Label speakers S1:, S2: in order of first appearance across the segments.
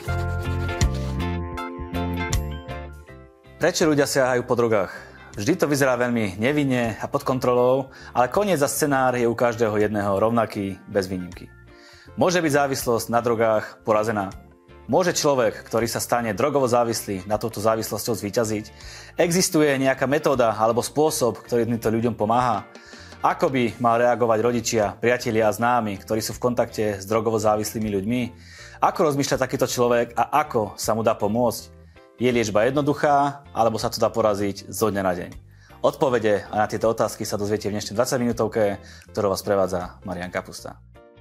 S1: Prečo ľudia siahajú po drogách? Vždy to vyzerá veľmi nevinne a pod kontrolou, ale koniec a scenár je u každého jedného rovnaký, bez výnimky. Môže byť závislosť na drogách porazená? Môže človek, ktorý sa stane drogovo závislý, na touto závislosťou zvíťaziť? Existuje nejaká metóda alebo spôsob, ktorý týmto ľuďom pomáha? Ako by mal reagovať rodičia, priatelia a známi, ktorí sú v kontakte s drogovo závislými ľuďmi? Ako rozmýšľa takýto človek a ako sa mu dá pomôcť? Je liečba jednoduchá, alebo sa to dá poraziť zo dňa na deň? Odpovede a na tieto otázky sa dozviete v dnešnej 20-minútovke, ktorou vás prevádza Marián Kapusta.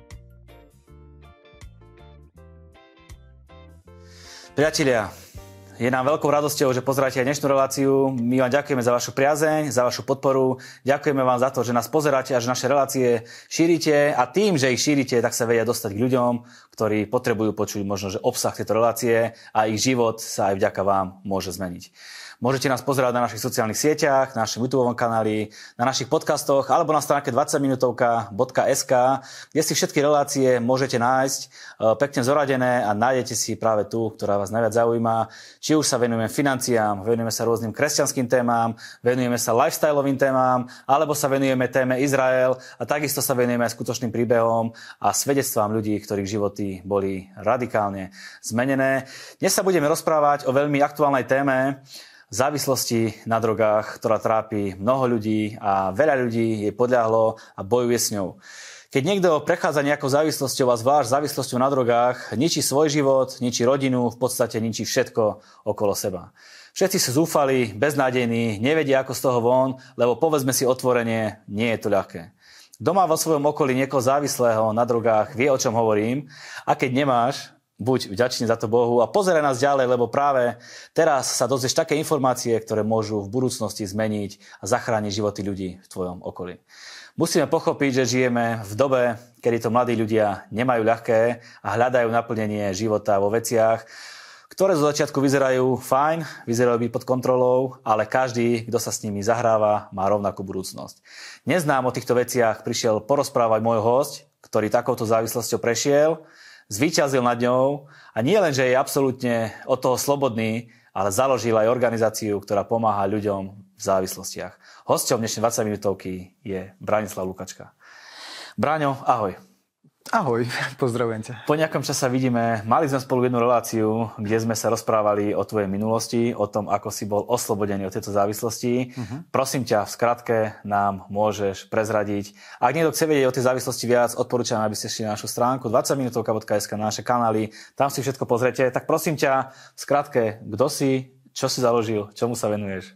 S1: Priatelia, je nám veľkou radosťou, že pozeráte aj dnešnú reláciu. My vám ďakujeme za vašu priazeň, za vašu podporu. Ďakujeme vám za to, že nás pozeráte a že naše relácie šírite. A tým, že ich šírite, tak sa vedia dostať k ľuďom, ktorí potrebujú počuť možno, že obsah tejto relácie a ich život sa aj vďaka vám môže zmeniť. Môžete nás pozerať na našich sociálnych sieťach, na našom YouTube kanáli, na našich podcastoch alebo na stránke 20minutovka.sk, kde si všetky relácie môžete nájsť pekne zoradené a nájdete si práve tú, ktorá vás najviac zaujíma. Či už sa venujeme financiám, venujeme sa rôznym kresťanským témam, venujeme sa lifestyleovým témam, alebo sa venujeme téme Izrael a takisto sa venujeme aj skutočným príbehom a svedectvám ľudí, ktorých životy boli radikálne zmenené. Dnes sa budeme rozprávať o veľmi aktuálnej téme závislosti na drogách, ktorá trápi mnoho ľudí a veľa ľudí jej podľahlo a bojuje s ňou. Keď niekto prechádza nejakou závislosťou a zvlášť závislosťou na drogách, ničí svoj život, ničí rodinu, v podstate ničí všetko okolo seba. Všetci sú zúfali, beznádejní, nevedia ako z toho von, lebo povedzme si otvorene, nie je to ľahké. Kto má vo svojom okolí niekoho závislého na drogách, vie, o čom hovorím, a keď nemáš, buď vďačný za to Bohu a pozeraj nás ďalej, lebo práve teraz sa dozvieš také informácie, ktoré môžu v budúcnosti zmeniť a zachrániť životy ľudí v tvojom okolí. Musíme pochopiť, že žijeme v dobe, kedy to mladí ľudia nemajú ľahké a hľadajú naplnenie života vo veciach, ktoré zo začiatku vyzerajú fajn, vyzerajú byť pod kontrolou, ale každý, kto sa s nimi zahráva, má rovnakú budúcnosť. Dnes nám o týchto veciach prišiel porozprávať môj hosť, ktorý takouto závislosťou prešiel, zvíťazil nad ňou a nie len, že je absolútne od toho slobodný, ale založil aj organizáciu, ktorá pomáha ľuďom v závislostiach. Hosťom dnešnej 20-minútovky je Branislav Lukačka. Braňo, ahoj.
S2: Ahoj, pozdravujem ťa.
S1: Po nejakom čase vidíme, mali sme spolu jednu reláciu, kde sme sa rozprávali o tvojej minulosti, o tom, ako si bol oslobodený od tejto závislosti. Prosím ťa, v skratke nám môžeš prezradiť. Ak niekto chce vedieť o tej závislosti viac, odporúčam, aby ste šli na našu stránku 20minutovka.sk, na naše kanály, tam si všetko pozrete. Tak prosím ťa, v skratke, kto si, čo si založil, čomu sa venuješ?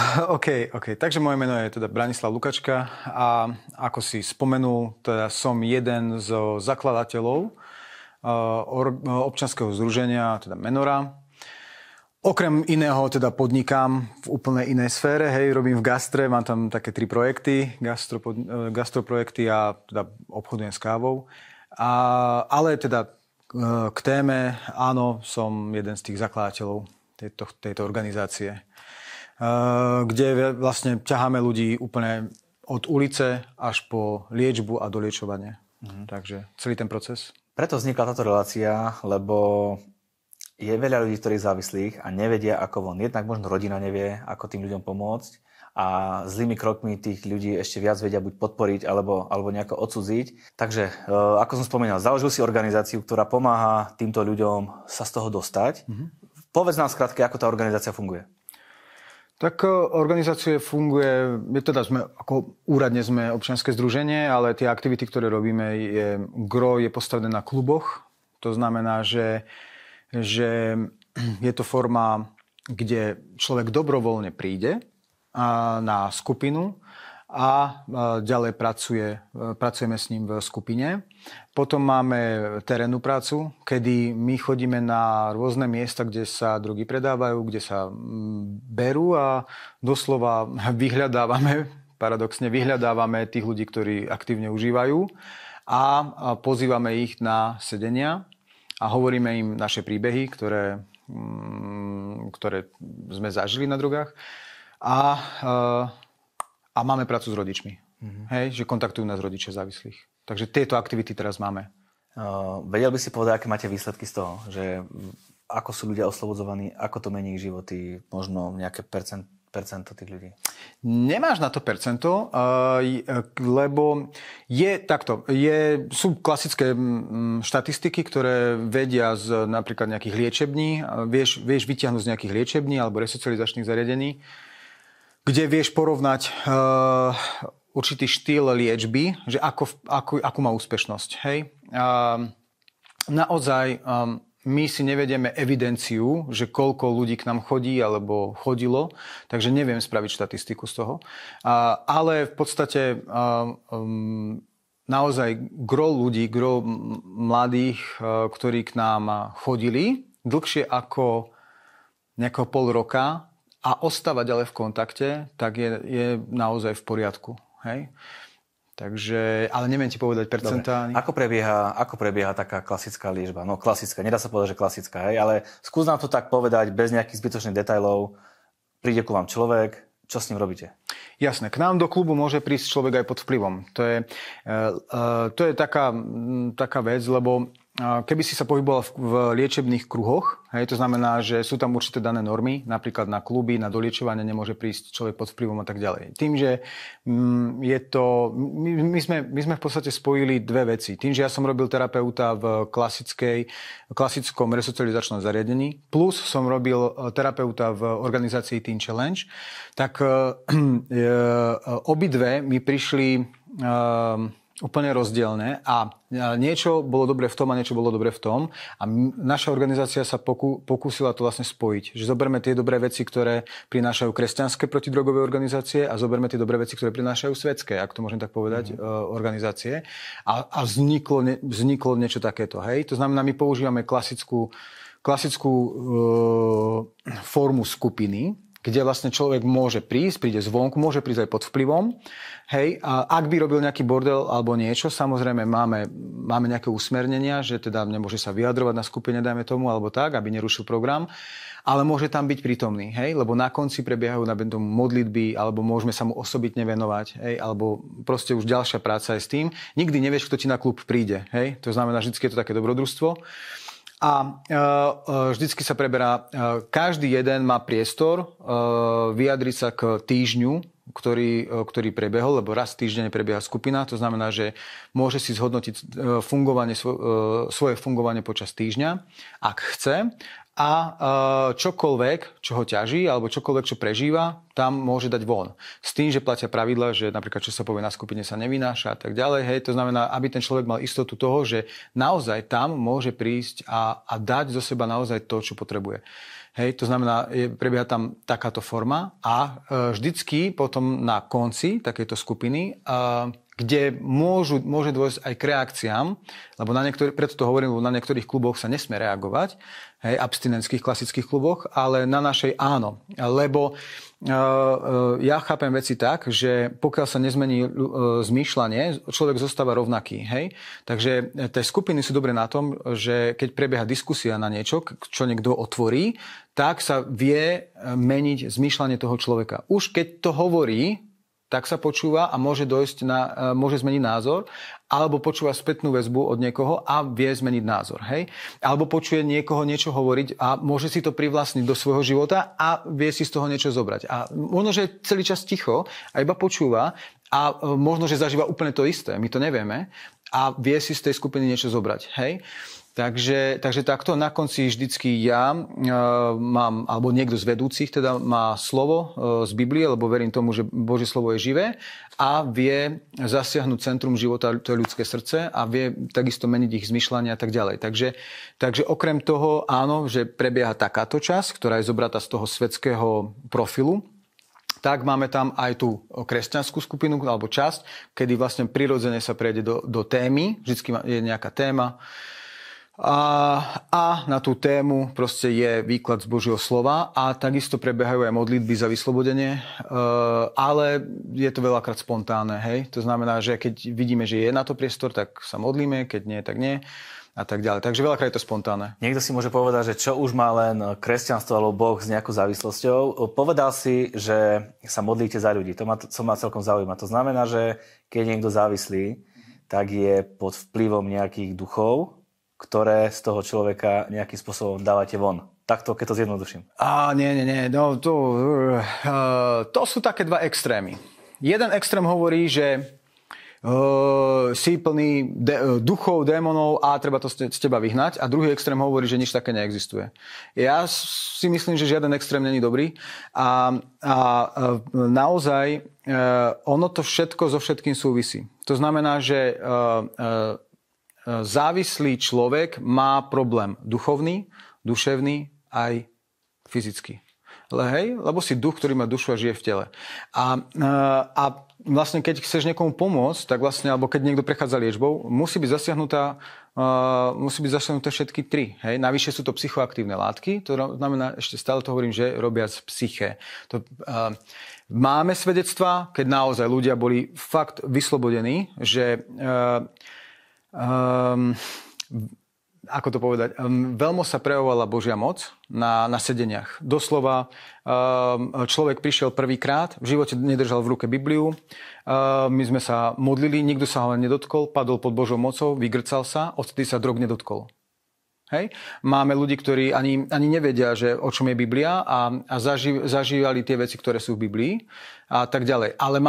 S2: OK. Takže moje meno je teda Branislav Lukačka a ako si spomenul, teda som jeden z zakladateľov občianskeho združenia, teda Menora. Okrem iného teda podnikám v úplne inej sfére, robím v gastre, mám tam také 3 projekty, gastroprojekty a teda obchodujem s kávou. Ale teda k téme, áno, som jeden z tých zakladateľov tejto organizácie, kde vlastne ťaháme ľudí úplne od ulice až po liečbu a doliečovanie. Takže celý ten proces. Preto vznikla táto relácia, lebo je veľa ľudí, ktorí závislých a nevedia, ako von. Jednak možno rodina nevie, ako tým ľuďom pomôcť a zlými krokmi tých ľudí ešte viac vedia buď podporiť alebo nejako odsudziť. Takže, ako som spomínal, založil si organizáciu, ktorá pomáha týmto ľuďom sa z toho dostať. Povedz nám skratke, ako tá organizácia funguje. Tak organizácia funguje, ako úradne sme občianske združenie, ale tie aktivity, ktoré robíme, gro je postavené na kluboch. To znamená, že je to forma, kde človek dobrovoľne príde na skupinu a ďalej pracujeme s ním v skupine. Potom máme terénnu prácu, kedy my chodíme na rôzne miesta, kde sa drogy predávajú, kde sa berú a doslova paradoxne vyhľadávame tých ľudí, ktorí aktívne užívajú a pozývame ich na sedenia a hovoríme im naše príbehy, ktoré sme zažili na drogách a máme prácu s rodičmi. Že kontaktujú nás rodičia závislých. Takže tieto aktivity teraz máme.
S1: Vedel by si povedať, aké máte výsledky z toho? Že ako sú ľudia oslobodzovaní, ako to mení ich životy, možno nejaké percento tých ľudí?
S2: Nemáš na to percento, lebo sú klasické štatistiky, ktoré vedia z napríklad nejakých liečební, vieš vytiahnuť z nejakých liečební alebo resocializačných zariadení, kde vieš porovnať určitý štýl liečby, že akú má úspešnosť. Hej? Naozaj my si nevedieme evidenciu, že koľko ľudí k nám chodí alebo chodilo, takže neviem spraviť štatistiku z toho. Ale v podstate naozaj gro ľudí, gro mladých, ktorí k nám chodili dlhšie ako nejakého pol roka a ostávať ďalej v kontakte, tak je naozaj v poriadku. Hej? Takže, ale neviem ti povedať percentá.
S1: Ako prebieha taká klasická liečba? No klasická, nedá sa povedať, že klasická, hej, ale skús nám to tak povedať bez nejakých zbytočných detailov. Príde ku vám človek, čo s ním robíte?
S2: Jasné, k nám do klubu môže prísť človek aj pod vplyvom. To je taká vec, lebo keby si sa pohyboval v liečebných kruhoch, hej, to znamená, že sú tam určité dané normy, napríklad na kluby, na doliečovanie nemôže prísť človek pod vplyvom a tak ďalej. Tým, že je to... My sme v podstate spojili dve veci. Tým, že ja som robil terapeuta v klasickom resocializačnom zariadení, plus som robil terapeuta v organizácii Teen Challenge, tak obidve mi prišli úplne rozdielne a niečo bolo dobre v tom a niečo bolo dobre v tom a naša organizácia sa pokúsila to vlastne spojiť. Že zoberme tie dobré veci, ktoré prinášajú kresťanské protidrogové organizácie a zoberme tie dobré veci, ktoré prinášajú svetské, ak to môžem tak povedať, organizácie a vzniklo niečo takéto. Hej? To znamená, my používame klasickú formu skupiny, kde vlastne človek môže príde zvonku, môže prísť aj pod vplyvom. Hej, a ak by robil nejaký bordel alebo niečo, samozrejme máme nejaké usmernenia, že teda nemôže sa vyjadrovať na skupine, dajme tomu, alebo tak, aby nerušil program, ale môže tam byť prítomný, hej, lebo na konci prebiehajú na tomu modlitby, alebo môžeme sa mu osobitne venovať, hej, alebo proste už ďalšia práca je s tým. Nikdy nevieš, kto ti na klub príde, hej, to znamená, vždycky je to také dobrodružstvo. A vždycky sa preberá, každý jeden má priestor vyjadriť sa k týždňu, ktorý prebehol, lebo raz týždenne prebieha skupina, to znamená, že môže si zhodnotiť svoje fungovanie počas týždňa, ak chce, a čokoľvek, čo ho ťaží, alebo čokoľvek, čo prežíva, tam môže dať von. S tým, že platia pravidla, že napríklad, čo sa povie na skupine, sa nevynáša a tak ďalej. Hej, to znamená, aby ten človek mal istotu toho, že naozaj tam môže prísť a dať zo seba naozaj to, čo potrebuje. Hej, to znamená, prebieha tam takáto forma a vždycky potom na konci takejto skupiny, kde môže dôjsť aj k reakciám, lebo preto to hovorím, lebo na niektorých kluboch sa nesmie reagovať, hej, abstinentských klasických kluboch, ale na našej áno. Lebo ja chápem veci tak, že pokiaľ sa nezmení zmýšľanie, človek zostáva rovnaký. Hej? Takže tie skupiny sú dobré na tom, že keď prebieha diskusia na niečo, čo niekto otvorí, tak sa vie meniť zmýšľanie toho človeka. Už keď to hovorí, tak sa počúva a môže zmeniť názor, alebo počúva spätnú väzbu od niekoho a vie zmeniť názor. Hej? Alebo počuje niekoho niečo hovoriť a môže si to privlastniť do svojho života a vie si z toho niečo zobrať. A možno, že je celý čas ticho a iba počúva a možno, že zažíva úplne to isté. My to nevieme a vie si z tej skupiny niečo zobrať. Hej? Takže takto na konci vždycky ja mám, alebo niekto z vedúcich teda má slovo z Biblie, lebo verím tomu, že Božie slovo je živé a vie zasiahnuť centrum života, to je ľudské srdce a vie takisto meniť ich zmyšľania a tak ďalej. Takže okrem toho áno, že prebieha takáto časť, ktorá je zobratá z toho svetského profilu, tak máme tam aj tú kresťanskú skupinu alebo časť, kedy vlastne prirodzene sa prejde do témy, vždycky je nejaká téma, a na tú tému proste je výklad z Božieho slova a takisto prebiehajú aj modlitby za vyslobodenie, ale je to veľakrát spontánne, hej. To znamená, že keď vidíme, že je na to priestor, tak sa modlíme, keď nie, tak nie a tak ďalej. Takže veľakrát je to spontánne.
S1: Niekto si môže povedať, že čo už má len kresťanstvo alebo Boh s nejakou závislosťou. Povedal si, že sa modlíte za ľudí. To ma celkom zaujíma. To znamená, že keď je niekto závislý, tak je pod vplyvom nejakých duchov, ktoré z toho človeka nejakým spôsobom dávate von. Takto, keď to zjednoduším.
S2: Nie. No, to sú také dva extrémy. Jeden extrém hovorí, že si plný duchov, démonov a treba to z teba vyhnať. A druhý extrém hovorí, že nič také neexistuje. Ja si myslím, že žiaden extrém není dobrý. A naozaj ono to všetko so všetkým súvisí. To znamená, že závislý človek má problém duchovný, duševný aj fyzický. Lebo si duch, ktorý má dušu a žije v tele. A vlastne keď chceš niekomu pomôcť, tak vlastne, alebo keď niekto prechádza liečbou, musí byť zasiahnuté všetky tri. Hej? Navyše sú to psychoaktívne látky, to znamená, ešte stále to hovorím, že robia z psyché. Máme svedectvá, keď naozaj ľudia boli fakt vyslobodení, že ako to povedať, veľmi sa prejavovala Božia moc na sedeniach. Doslova človek prišiel prvýkrát, v živote nedržal v ruke Bibliu, my sme sa modlili, nikto sa ho nedotkol, padol pod Božou mocou, vygrcal sa, odtedy sa drog nedotkol. Hej? Máme ľudí, ktorí ani nevedia, že o čom je Biblia a zažívali tie veci, ktoré sú v Biblii a tak ďalej. Ale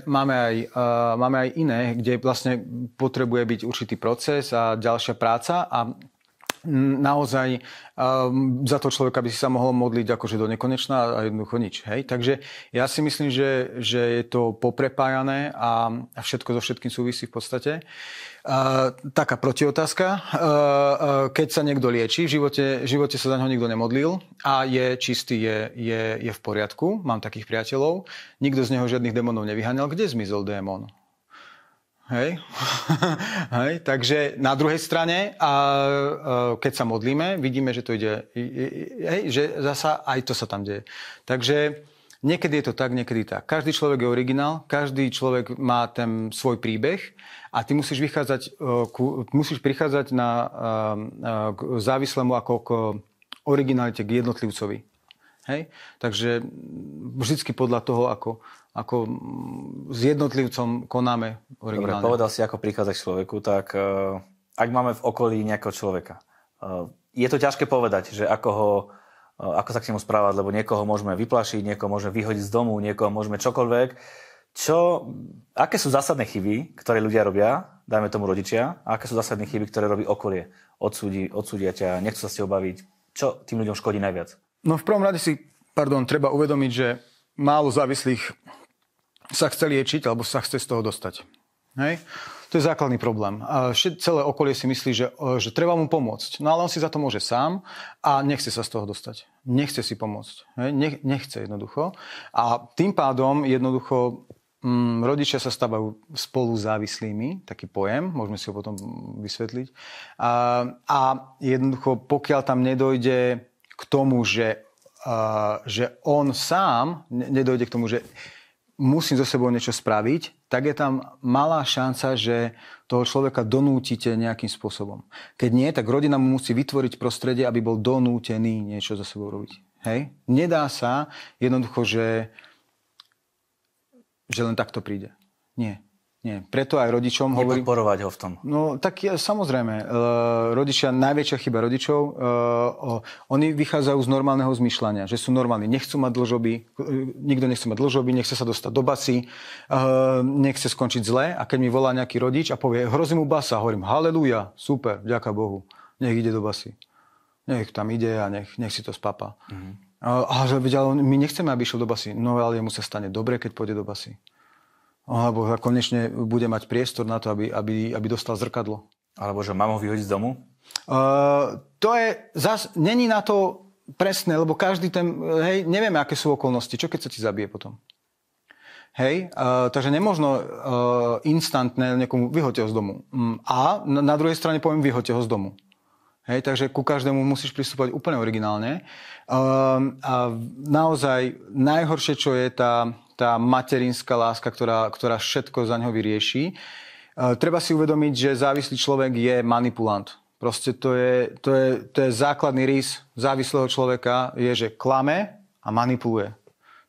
S2: máme aj iné, kde vlastne potrebuje byť určitý proces a ďalšia práca a naozaj za to človeka by si sa mohol modliť akože do nekonečna a jednoducho nič. Hej? Takže ja si myslím, že je to poprepájané a všetko so všetkým súvisí v podstate. Taká protiotázka. Keď sa niekto lieči, v živote sa za ňoho nikto nemodlil a je čistý, je v poriadku. Mám takých priateľov. Nikto z neho žiadnych démonov nevyháňal. Kde zmizol démon? Hej. Hej. Takže na druhej strane, keď sa modlíme, vidíme, že to ide, že zasa aj to sa tam deje. Takže niekedy je to tak, niekedy tak. Každý človek je originál, každý človek má ten svoj príbeh a ty musíš prichádzať k závislému ako k originalite, k jednotlivcovi. Hej? Takže vždycky podľa toho, ako s jednotlivcom konáme originálne.
S1: Dobre, povedal si, ako prichádzať k človeku, tak ak máme v okolí nejakého človeka, je to ťažké povedať, že ako sa k nemu správať, lebo niekoho môžeme vyplašiť, niekoho môžeme vyhodiť z domu, niekoho môžeme čokoľvek. Aké sú zásadné chyby, ktoré ľudia robia, dajme tomu rodičia, a aké sú zásadné chyby, ktoré robí okolie? Odsúdia ťa, nechcú sa s tebou baviť. Čo tým ľuďom škodí najviac?
S2: No v prvom rade treba uvedomiť, že málo závislých sa chce liečiť, alebo sa chce z toho dostať. Hej? To je základný problém. Celé okolie si myslí, že treba mu pomôcť. No ale on si za to môže sám a nechce sa z toho dostať. Nechce si pomôcť. Hej? Nechce jednoducho. A tým pádom jednoducho rodičia sa stávajú spolu závislými, taký pojem, môžeme si ho potom vysvetliť. A jednoducho, pokiaľ tam nedojde k tomu, že on sám nedojde k tomu, že musím so sebou niečo spraviť, tak je tam malá šanca, že toho človeka donútite nejakým spôsobom. Keď nie, tak rodina mu musí vytvoriť prostredie, aby bol donútený niečo so sebou robiť. Hej? Nedá sa jednoducho, že len takto príde. Nie. Preto aj rodičom hovorím...
S1: Nepodporovať ho v tom.
S2: No tak samozrejme. Rodičia, najväčšia chyba rodičov, oni vychádzajú z normálneho zmýšľania, že sú normálni. Nechcú mať dlžoby, nikto nechce mať dlžoby, nechce sa dostať do basy, nechce skončiť zle a keď mi volá nejaký rodič a povie, hrozí mu basa, hovorím, haleluja, super, ďaká Bohu, nech ide do basy. Nech tam ide a nech si to spapa. Ale my nechceme, aby išiel do basy. No ale jemu sa stane dobre, keď pôjde do basy. Alebo konečne bude mať priestor na to, aby dostal zrkadlo.
S1: Alebo že mám ho vyhodiť z domu?
S2: To je není na to presné, lebo každý nevieme, aké sú okolnosti. Čo keď sa ti zabije potom? Hej, takže nemožno instantne niekomu vyhoďte ho z domu. A na druhej strane poviem vyhoďte ho z domu. Hej, takže ku každému musíš pristúpať úplne originálne. A naozaj najhoršie, čo je tá materinská láska, ktorá všetko za ňo vyrieši. Treba si uvedomiť, že závislý človek je manipulant. Proste to je základný rys závislého človeka, je, že klame a manipuluje.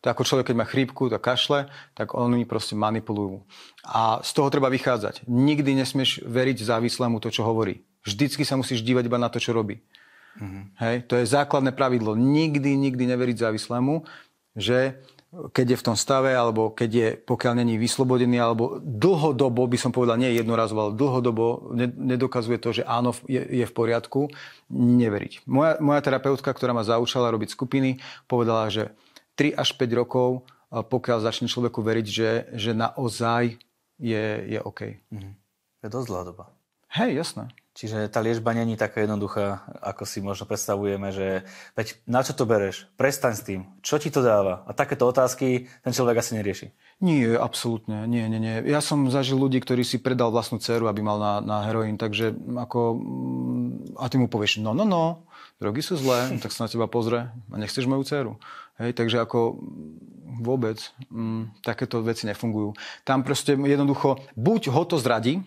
S2: Tak ako človek, keď má chrípku, tak kašle, tak oni proste manipulujú. A z toho treba vychádzať. Nikdy nesmieš veriť závislému to, čo hovorí. Vždycky sa musíš dívať iba na to, čo robí. Hej? To je základné pravidlo. Nikdy neveriť závislému, že keď je v tom stave, alebo pokiaľ není vyslobodený, alebo dlhodobo, by som povedal, nie jednorazovo, ale dlhodobo nedokazuje to, že áno, je v poriadku, neveriť. Moja terapeutka, ktorá ma zaučala robiť skupiny, povedala, že 3 až 5 rokov, pokiaľ začne človeku veriť, že naozaj je OK.
S1: To je dosť dlhá doba.
S2: Hej, jasné.
S1: Čiže tá liečba není taká jednoduchá, ako si možno predstavujeme, že veď na čo to bereš? Prestaň s tým. Čo ti to dáva? A takéto otázky ten človek asi nerieši.
S2: Nie, absolútne. Nie. Ja som zažil ľudí, ktorí si predal vlastnú dceru, aby mal na heroín, takže ako... A ty mu povieš, no, drogy sú zlé, tak sa na teba pozrie a nechceš moju dceru. Hej, takže ako vôbec takéto veci nefungujú. Tam proste jednoducho, buď ho to zradí,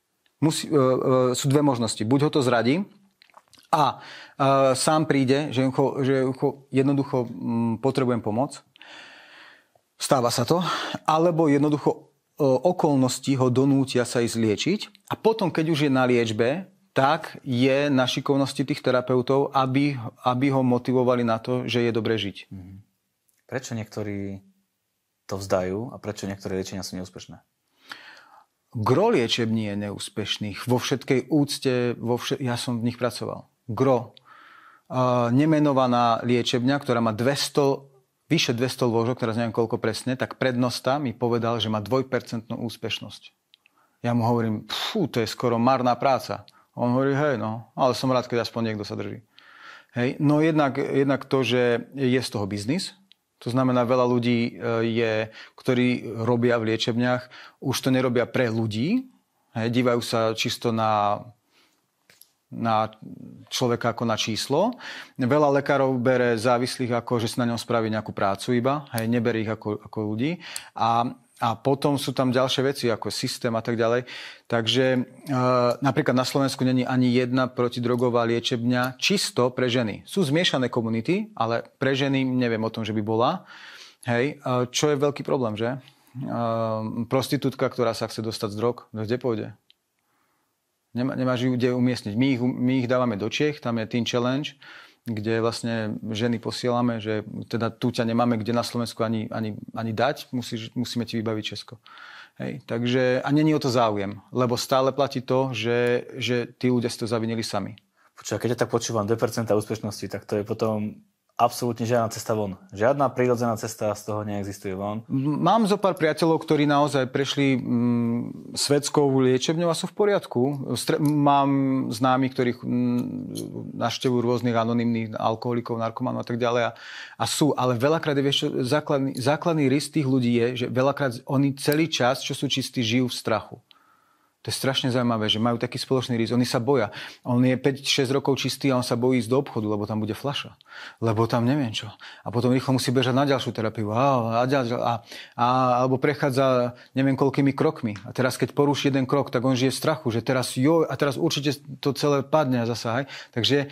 S2: sú dve možnosti. Buď ho to zradí a sám príde, že jednoducho potrebujem pomoc. Stáva sa to. Alebo jednoducho okolnosti ho donútia sa ísť liečiť. A potom, keď už je na liečbe, tak je na šikovnosti tých terapeutov, aby ho motivovali na to, že je dobre žiť.
S1: Prečo niektorí to vzdajú a prečo niektoré liečenia sú neúspešné?
S2: Gro liečební je neúspešných. Vo všetkej úcte, ja som v nich pracoval. Gro. Nemenovaná liečebňa, ktorá má vyše 200 lôžok, teraz neviem koľko presne, tak prednosta mi povedal, že má 2% úspešnosť. Ja mu hovorím, to je skoro marná práca. On hovorí, hej, ale som rád, keď aspoň niekto sa drží. Hej, no jednak to, že je z toho biznis. To znamená, veľa ľudí ktorí robia v liečebniach, už to nerobia pre ľudí. Hej, dívajú sa čisto na človeka ako na číslo. Veľa lekárov bere závislých, ako že si na ňom spraví nejakú prácu iba. Hej, nebere ich ako ľudí. A potom sú tam ďalšie veci, ako systém a tak ďalej. Takže napríklad na Slovensku není ani jedna protidrogová liečebňa čisto pre ženy. Sú zmiešané komunity, ale pre ženy neviem o tom, že by bola. Hej, čo je veľký problém, že? Prostitútka, ktorá sa chce dostať z drog, kde pôjde? Nemáš ju kde umiestniť. My ich dávame do Čiech, tam je Teen Challenge, kde vlastne ženy posielame, že teda tu ťa nemáme kde na Slovensku ani dať, musíme ti vybaviť Česko. Hej, takže, a není o to záujem, lebo stále platí to, že tí ľudia si to zavinili sami.
S1: Počúva, keď ja tak počúvam 2% úspešnosti, tak to je potom absolútne žiadna cesta von. Žiadna prírodzená cesta z toho neexistuje von.
S2: Mám zo pár priateľov, ktorí naozaj prešli svetskou liečebňou a sú v poriadku. Mám známych, ktorých navštevujú rôznych anonymných alkoholikov, narkomanov a tak ďalej. A sú, ale veľakrát základný rys tých ľudí je, že veľakrát oni celý čas, čo sú čistí, žijú v strachu. To je strašne zaujímavé, že majú taký spoločný rys. Oni sa boja. On je 5-6 rokov čistý a on sa bojí ísť do obchodu, lebo tam bude fľaša. Lebo tam neviem čo. A potom rýchlo musí bežať na ďalšiu terapiu. Alebo prechádza neviem koľkými krokmi. A teraz, keď poruší jeden krok, tak on žije v strachu, že teraz určite to celé padne a zasa. Takže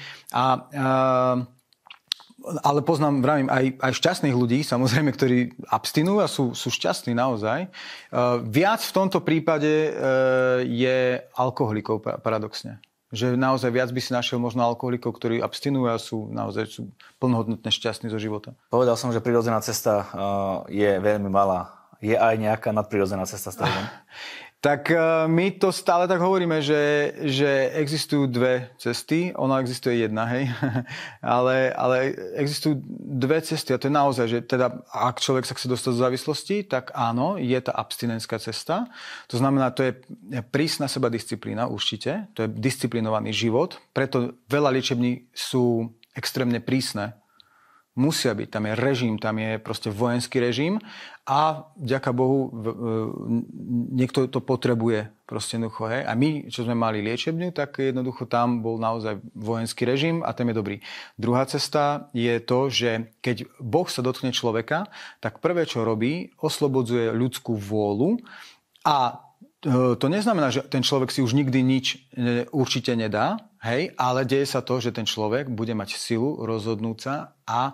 S2: ale poznám, vravím, aj šťastných ľudí, samozrejme, ktorí abstinujú a sú šťastní naozaj. Viac v tomto prípade je alkoholikov paradoxne. Že naozaj viac by si našiel možno alkoholikov, ktorí abstinujú a sú plnohodnotne šťastní zo života.
S1: Povedal som, že prírodzená cesta je veľmi malá. Je aj nejaká nadprirodzená cesta z toho?
S2: Tak my to stále tak hovoríme, že existujú dve cesty. Ona existuje jedna, hej. ale existujú dve cesty a to je naozaj, že teda ak človek sa chce dostať do závislosti, tak áno, je tá abstinenská cesta. To znamená, to je prísna sebadisciplína určite. To je disciplinovaný život. Preto veľa liečební sú extrémne prísne. Musia byť, tam je režim, tam je proste vojenský režim a vďaka Bohu niekto to potrebuje proste jednoducho. Hej. A my, čo sme mali liečebňu, tak jednoducho tam bol naozaj vojenský režim a ten je dobrý. Druhá cesta je to, že keď Boh sa dotkne človeka, tak prvé, čo robí, oslobodzuje ľudskú vôľu a to neznamená, že ten človek si už nikdy nič určite nedá, hej, ale deje sa to, že ten človek bude mať silu rozhodnúť sa a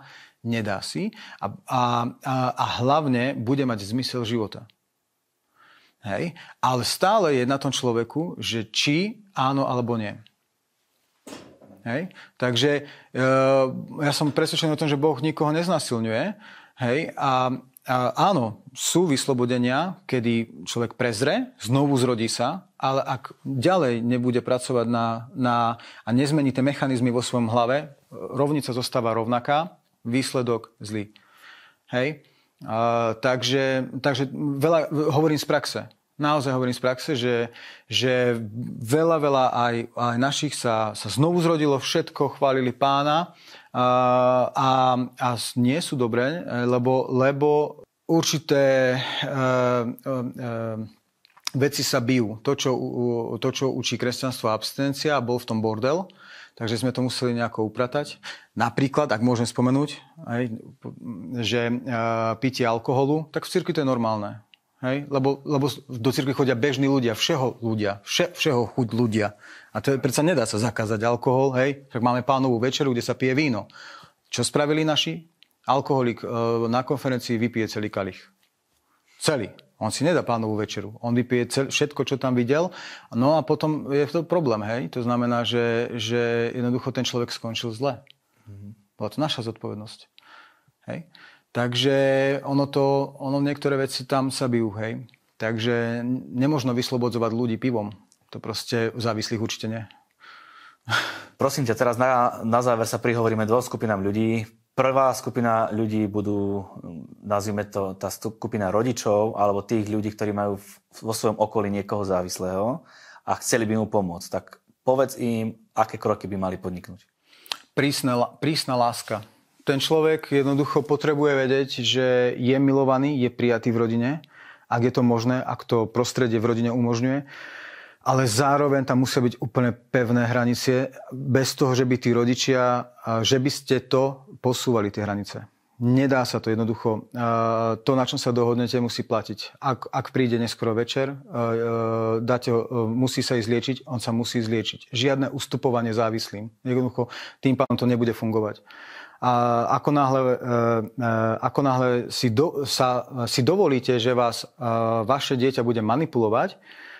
S2: nedá si a hlavne bude mať zmysel života. Hej? Ale stále je na tom človeku, že či áno alebo nie. Hej? Takže ja som presvedčený o tom, že Boh nikoho neznásilňuje. Hej? A áno, sú vyslobodenia, kedy človek prezre, znovu zrodí sa, ale ak ďalej nebude pracovať a nezmení tie mechanizmy vo svojom hlave, rovnica zostáva rovnaká, výsledok zlý. Hej? Takže veľa hovorím z praxe. Naozaj hovorím z praxe, že veľa aj našich sa znovu zrodilo, všetko chválili Pána a nie sú dobré, lebo určité veci sa bijú. To, čo učí kresťanstvo a abstinencia, bol v tom bordel, takže sme to museli nejako upratať. Napríklad, ak môžem spomenúť, že pitie alkoholu, tak v cirkvi to je normálne. Hej? Lebo do cirkvi chodia bežní ľudia, všeho chuť ľudia. A to predsa nedá sa zakázať alkohol, hej? Tak máme Pánovú večeru, kde sa pije víno. Čo spravili naši? Alkoholik na konferencii vypije celý kalich. Celý. On si nedá Pánovú večeru. On vypije všetko, čo tam videl. No a potom je to problém, hej? To znamená, že jednoducho ten človek skončil zle. Bola to naša zodpovednosť. Hej? Takže ono niektoré veci tam sa bijú, hej. Takže nemožno vyslobodzovať ľudí pivom. To proste závislých určite nie.
S1: Prosím ťa, teraz na záver sa prihovoríme dvom skupinám ľudí. Prvá skupina ľudí budú, nazvime to, tá skupina rodičov alebo tých ľudí, ktorí majú vo svojom okolí niekoho závislého a chceli by mu pomôcť. Tak povedz im, aké kroky by mali podniknúť. Prísna láska. Ten človek jednoducho potrebuje vedieť, že je milovaný, je prijatý v rodine, ak je to možné, ak to prostredie v rodine umožňuje. Ale zároveň tam musia byť úplne pevné hranice, bez toho, že by tí rodičia, že by ste to posúvali, tie hranice. Nedá sa to jednoducho. To, na čom sa dohodnete, musí platiť. Ak príde neskoro večer, musí sa ísť liečiť, on sa musí zliečiť. Žiadne ustupovanie závislým. Jednoducho tým pádom to nebude fungovať. A ako náhle si dovolíte, že vás vaše dieťa bude manipulovať,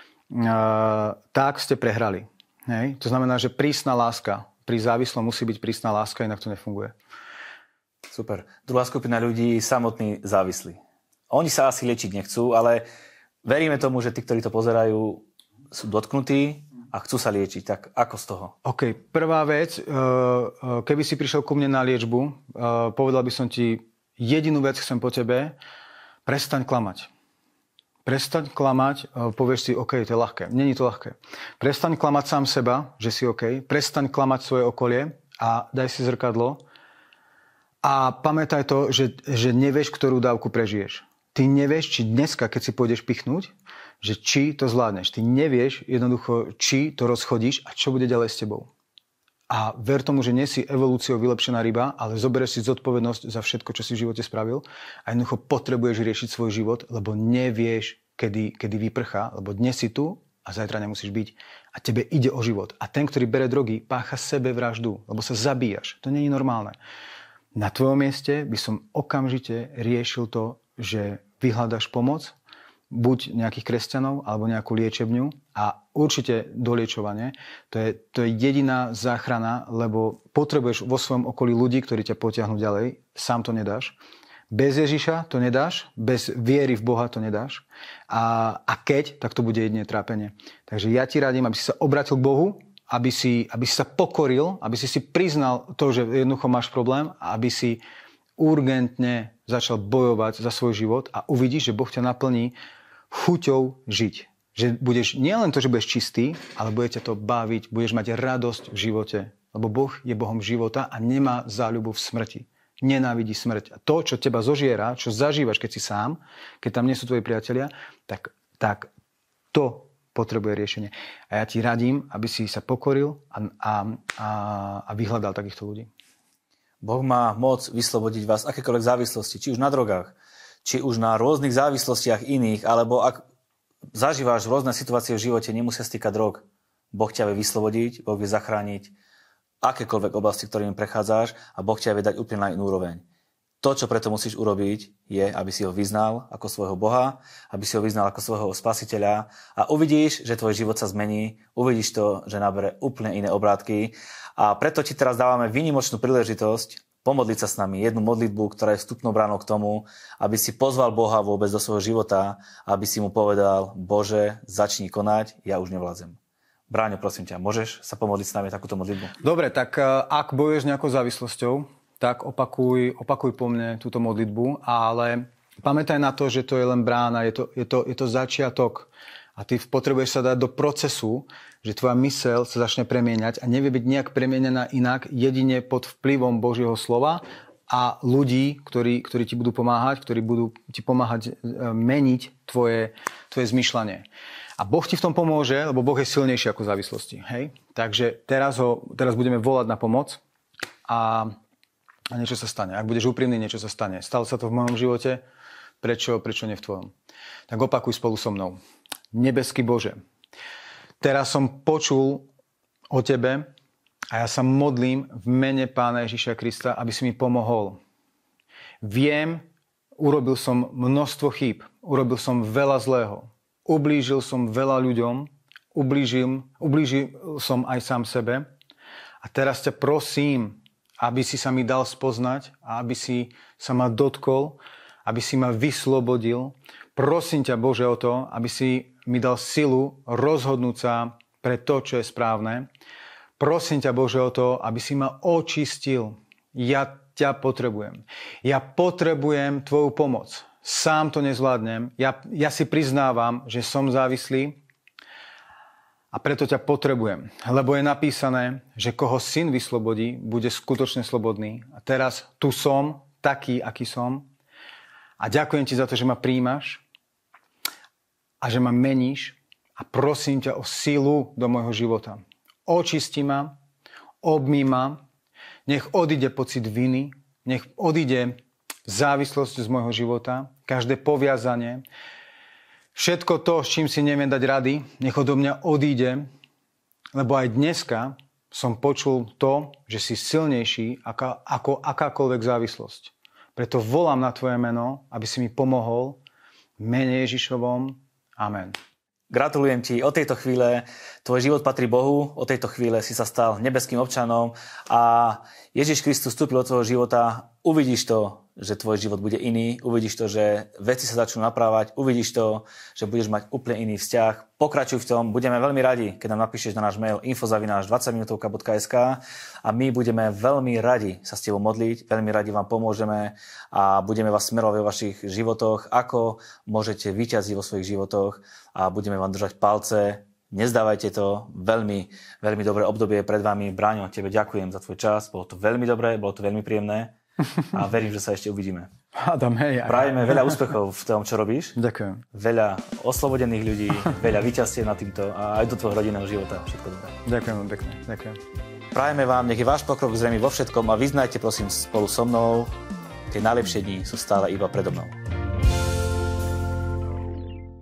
S1: tak ste prehrali. Hej? To znamená, že prísna láska. Pri závislom musí byť prísna láska, inak to nefunguje. Super. Druhá skupina ľudí, samotní závislí. Oni sa asi liečiť nechcú, ale veríme tomu, že tí, ktorí to pozerajú, sú dotknutí a chcú sa liečiť. Tak ako z toho? OK.
S2: Prvá vec, keby si prišiel ku mne na liečbu, povedal by som ti, jedinú vec chcem po tebe, prestaň klamať. Prestaň klamať, povieš si, OK, to je ľahké. Není to ľahké. Prestaň klamať sám seba, že si OK. Prestaň klamať svoje okolie a daj si zrkadlo. A pamätaj to, že nevieš, ktorú dávku prežiješ. Ty nevieš, či dneska, keď si pôjdeš pichnúť, že či to zvládneš. Ty nevieš jednoducho, či to rozchodíš a čo bude ďalej s tebou. A ver tomu, že nie si evolúciou vylepšená ryba, ale zoberieš si zodpovednosť za všetko, čo si v živote spravil a jednoducho potrebuješ riešiť svoj život, lebo nevieš, kedy vyprchá, lebo dnes si tu a zajtra nemusíš byť a tebe ide o život. A ten, ktorý bere drogy, pácha sebevraždu, lebo sa zabíjaš. To nie je normálne. Na tvojom mieste by som okamžite riešil to, že vyhľadaš pomoc, buď nejakých kresťanov, alebo nejakú liečebňu a určite doliečovanie. To je jediná záchrana, lebo potrebuješ vo svojom okolí ľudí, ktorí ťa potiahnu ďalej. Sám to nedáš. Bez Ježiša to nedáš, bez viery v Boha to nedáš. A keď, tak to bude jedine trápenie. Takže ja ti radím, aby si sa obratil k Bohu, aby si sa pokoril, aby si priznal to, že jednoducho máš problém a aby si urgentne začal bojovať za svoj život a uvidíš, že Boh ťa naplní chuťou žiť. Že budeš nielen to, že budeš čistý, ale bude ťa to baviť, budeš mať radosť v živote. Lebo Boh je Bohom života a nemá záľubu v smrti. Nenávidí smrť. A to, čo teba zožiera, čo zažívaš, keď si sám, keď tam nie sú tvoji priatelia, tak to potrebuje riešenie. A ja ti radím, aby si sa pokoril a vyhľadal takýchto ľudí.
S1: Boh má moc vyslobodiť vás akékoľvek závislosti, či už na drogách, či už na rôznych závislostiach iných, alebo ak zažíváš rôzne situácie v živote, nemusia stýkať drog. Boh ťa vie vyslobodiť, Boh vie zachrániť akékoľvek oblasti, ktorými prechádzaš a Boh ťa vie dať úplne na inú úroveň. To, čo preto musíš urobiť, je, aby si ho vyznal ako svojho Boha, aby si ho vyznal ako svojho spasiteľa a uvidíš, že tvoj život sa zmení, uvidíš to, že nabere úplne iné obrátky a preto ti teraz dávame výnimočnú príležitosť pomodliť sa s nami jednu modlitbu, ktorá je vstupnou bránou k tomu, aby si pozval Boha vôbec do svojho života, aby si mu povedal: Bože, začni konať, ja už nevládzem. Bráňo, prosím ťa, môžeš sa pomodliť s nami takúto modlitbu?
S2: Dobre, tak ak bojuješ s nejakou závislosťou, tak opakuj po mne túto modlitbu, ale pamätaj na to, že to je len brána, je to začiatok a ty potrebuješ sa dať do procesu, že tvoja myseľ sa začne premieňať a nevie byť nejak premienená inak, jedine pod vplyvom Božieho slova a ľudí, ktorí ti budú pomáhať, ktorí budú ti pomáhať meniť tvoje zmýšľanie. A Boh ti v tom pomôže, lebo Boh je silnejší ako závislosti. Hej? Takže teraz budeme volať na pomoc a niečo sa stane. Ak budeš úprimný, niečo sa stane. Stalo sa to v mojom živote, prečo nie v tvojom? Tak opakuj spolu so mnou. Nebeský Bože, teraz som počul o Tebe a ja sa modlím v mene Pána Ježiša Krista, aby si mi pomohol. Viem, urobil som množstvo chýb, urobil som veľa zlého, ublížil som veľa ľuďom, ublížil som aj sám sebe a teraz ťa prosím, aby si sa mi dal spoznať a aby si sa ma dotkol, aby si ma vyslobodil. Prosím ťa, Bože, o to, aby si mi dal silu rozhodnúť sa pre to, čo je správne. Prosím ťa, Bože, o to, aby si ma očistil. Ja ťa potrebujem. Ja potrebujem tvoju pomoc. Sám to nezvládnem. Ja si priznávam, že som závislý a preto ťa potrebujem. Lebo je napísané, že koho Syn vyslobodí, bude skutočne slobodný. A teraz tu som, taký, aký som. A ďakujem ti za to, že ma prijímaš a že ma meníš a prosím ťa o silu do môjho života. Očisti ma, obmý ma, nech odíde pocit viny, nech odíde závislosť z môjho života, každé poviazanie, všetko to, s čím si neviem dať rady, nech odo mňa odíde, lebo aj dneska som počul to, že si silnejší ako akákoľvek závislosť. Preto volám na tvoje meno, aby si mi pomohol v mene Ježišovom. Amen.
S1: Gratulujem ti, od tejto chvíle tvoj život patrí Bohu, od tejto chvíle si sa stal nebeským občanom a Ježiš Kristus vstúpil do tvojho života. Uvidíš to, že tvoj život bude iný, uvidíš to, že veci sa začnú naprávať, uvidíš to, že budeš mať úplne iný vzťah. Pokračuj v tom, budeme veľmi radi, keď nám napíšeš na náš mail info@20minutovka.sk a my budeme veľmi radi sa s tebou modliť, veľmi radi vám pomôžeme a budeme vás smerovať vo vašich životoch, ako môžete víťaziť vo svojich životoch a budeme vám držať palce. Nezdávajte to, veľmi, veľmi dobré obdobie pred vami. Bráňo, tebe ďakujem za tvoj čas, bolo to veľmi dobré, bolo to veľmi príjemné a verím, že sa ešte uvidíme.
S2: Adam, hej.
S1: Prajeme veľa úspechov v tom, čo robíš.
S2: Ďakujem.
S1: Veľa oslobodených ľudí, veľa víťazstiev na týmto a aj do tvojho rodinného života. Všetko dobré.
S2: Ďakujem vám pekne. Ďakujem.
S1: Prajeme vám, nech je váš pokrok zrejmý vo všetkom a vyznajte prosím spolu so mnou, tie najlepšie dni sú stále iba predo mnou.